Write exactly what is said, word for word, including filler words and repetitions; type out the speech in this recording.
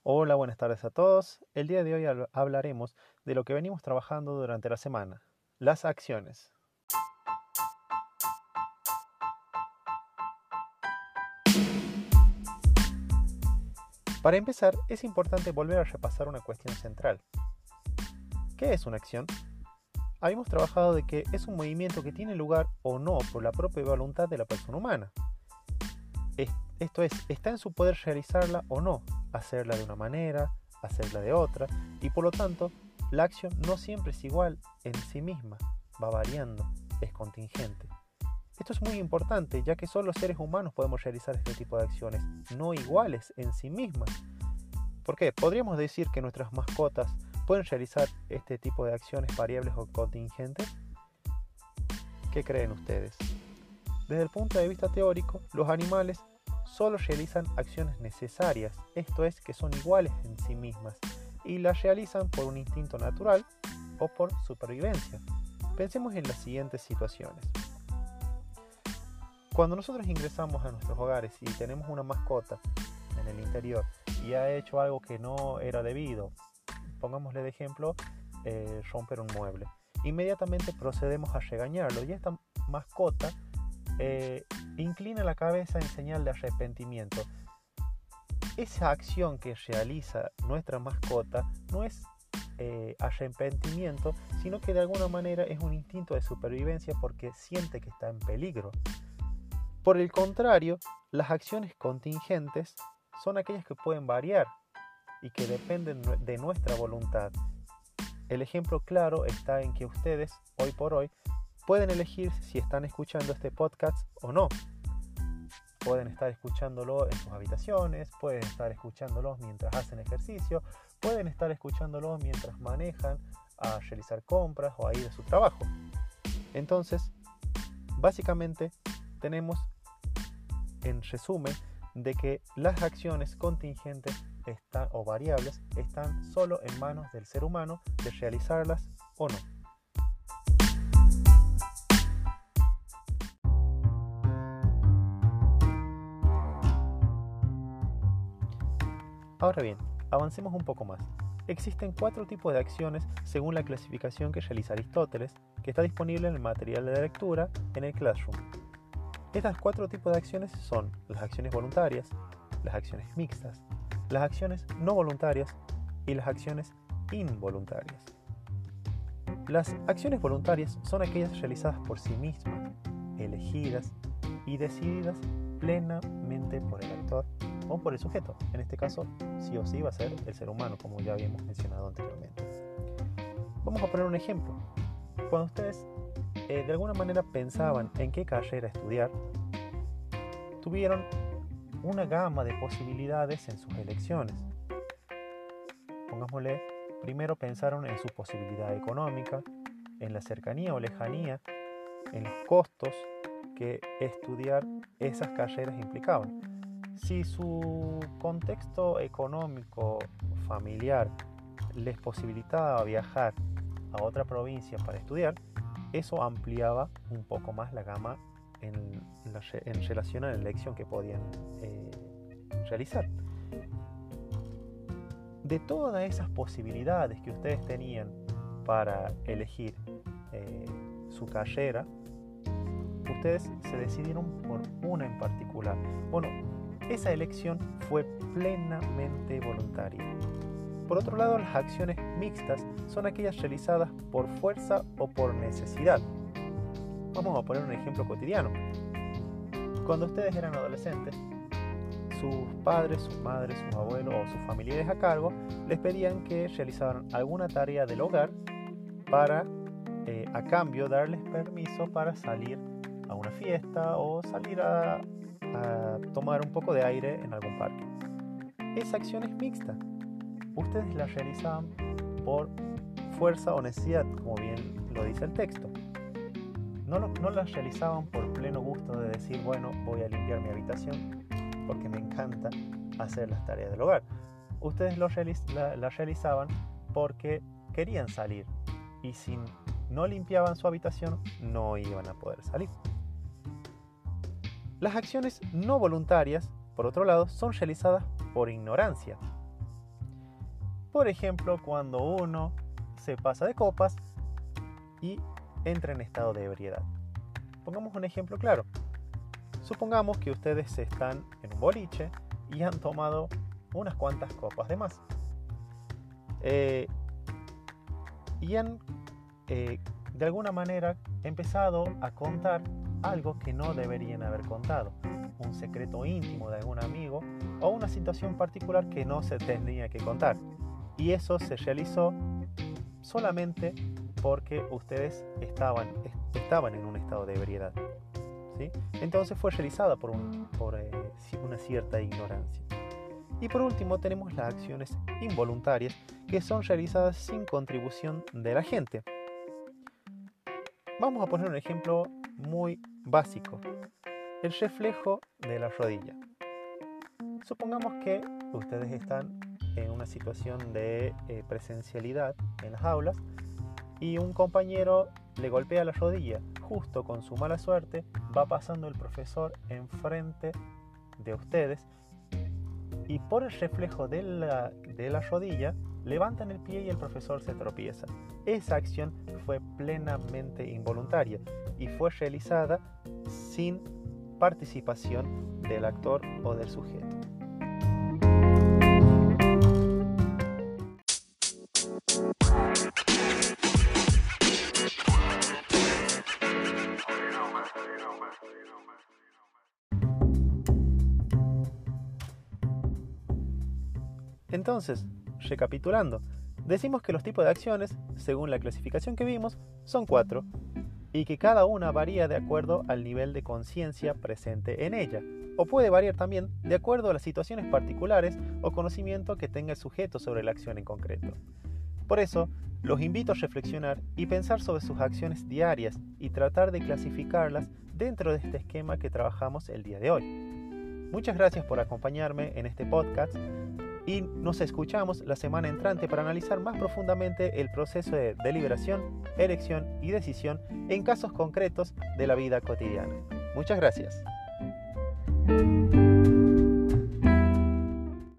Hola, buenas tardes a todos. El día de hoy hab- hablaremos de lo que venimos trabajando durante la semana, las acciones. Para empezar, es importante volver a repasar una cuestión central. ¿Qué es una acción? Habíamos trabajado de que es un movimiento que tiene lugar o no por la propia voluntad de la persona humana. Es- esto es, está en su poder realizarla o no, hacerla de una manera, hacerla de otra, y por lo tanto, la acción no siempre es igual en sí misma, va variando, es contingente. Esto es muy importante, ya que solo los seres humanos podemos realizar este tipo de acciones, no iguales en sí mismas. ¿Por qué? Podríamos decir que nuestras mascotas pueden realizar este tipo de acciones variables o contingentes. ¿Qué creen ustedes? Desde el punto de vista teórico, los animales solo realizan acciones necesarias, esto es, que son iguales en sí mismas, y las realizan por un instinto natural o por supervivencia. Pensemos en las siguientes situaciones. Cuando nosotros ingresamos a nuestros hogares y tenemos una mascota en el interior y ha hecho algo que no era debido, pongámosle de ejemplo, eh, romper un mueble, inmediatamente procedemos a regañarlo y esta mascota eh, inclina la cabeza en señal de arrepentimiento. Esa acción que realiza nuestra mascota no es eh, arrepentimiento, sino que de alguna manera es un instinto de supervivencia porque siente que está en peligro. Por el contrario, las acciones contingentes son aquellas que pueden variar y que dependen de nuestra voluntad. El ejemplo claro está en que ustedes, hoy por hoy, pueden elegir si están escuchando este podcast o no. Pueden estar escuchándolo en sus habitaciones, pueden estar escuchándolo mientras hacen ejercicio, pueden estar escuchándolo mientras manejan a realizar compras o a ir a su trabajo. Entonces, básicamente, tenemos en resumen de que las acciones contingentes están, o variables están solo en manos del ser humano de realizarlas o no. Ahora bien, avancemos un poco más. Existen cuatro tipos de acciones según la clasificación que realiza Aristóteles, que está disponible en el material de lectura en el Classroom. Estas cuatro tipos de acciones son las acciones voluntarias, las acciones mixtas, las acciones no voluntarias y las acciones involuntarias. Las acciones voluntarias son aquellas realizadas por sí mismas, elegidas y decididas plenamente por el actor o por el sujeto. En este caso, sí o sí va a ser el ser humano, como ya habíamos mencionado anteriormente. Vamos a poner un ejemplo. Cuando ustedes eh, de alguna manera pensaban en qué carrera estudiar, tuvieron una gama de posibilidades en sus elecciones. Pongámosle, primero pensaron en su posibilidad económica, en la cercanía o lejanía, en los costos que estudiar esas carreras implicaban. Si su contexto económico familiar les posibilitaba viajar a otra provincia para estudiar, eso ampliaba un poco más la gama en, la, en relación a la elección que podían eh, realizar. De todas esas posibilidades que ustedes tenían para elegir eh, su carrera, ustedes se decidieron por una en particular. Bueno, esa elección fue plenamente voluntaria. Por otro lado, las acciones mixtas son aquellas realizadas por fuerza o por necesidad. Vamos a poner un ejemplo cotidiano. Cuando ustedes eran adolescentes, sus padres, sus madres, sus abuelos o sus familiares a cargo les pedían que realizaran alguna tarea del hogar para, eh, a cambio, darles permiso para salir a una fiesta o salir a, a tomar un poco de aire en algún parque. Esa acción es mixta. Ustedes la realizaban por fuerza o necesidad, como bien lo dice el texto. No, lo, no las realizaban por pleno gusto de decir, bueno, voy a limpiar mi habitación porque me encanta hacer las tareas del hogar. Ustedes lo realiz, la, la realizaban porque querían salir y si no limpiaban su habitación no iban a poder salir. Las acciones no voluntarias, por otro lado, son realizadas por ignorancia. Por ejemplo, cuando uno se pasa de copas y entra en estado de ebriedad. Pongamos un ejemplo claro. Supongamos que ustedes están en un boliche y han tomado unas cuantas copas de más. Eh, y han, eh, de alguna manera, empezado a contar algo que no deberían haber contado. Un secreto íntimo de algún amigo o una situación particular que no se tenía que contar. Y eso se realizó solamente porque ustedes estaban, estaban en un estado de ebriedad. ¿Sí? Entonces fue realizada por, un, por eh, una cierta ignorancia. Y por último tenemos las acciones involuntarias que son realizadas sin contribución de la gente. Vamos a poner un ejemplo muy básico. El reflejo de la rodilla. Supongamos que ustedes están en una situación de eh, presencialidad en las aulas y un compañero le golpea la rodilla. Justo con su mala suerte va pasando el profesor enfrente de ustedes y por el reflejo de la, de la rodilla levantan el pie y el profesor se tropieza. Esa acción fue plenamente involuntaria y fue realizada sin participación del actor o del sujeto. Entonces, recapitulando, decimos que los tipos de acciones, según la clasificación que vimos, son cuatro, y que cada una varía de acuerdo al nivel de conciencia presente en ella, o puede variar también de acuerdo a las situaciones particulares o conocimiento que tenga el sujeto sobre la acción en concreto. Por eso, los invito a reflexionar y pensar sobre sus acciones diarias y tratar de clasificarlas dentro de este esquema que trabajamos el día de hoy. Muchas gracias por acompañarme en este podcast y nos escuchamos la semana entrante para analizar más profundamente el proceso de deliberación, elección y decisión en casos concretos de la vida cotidiana. Muchas gracias.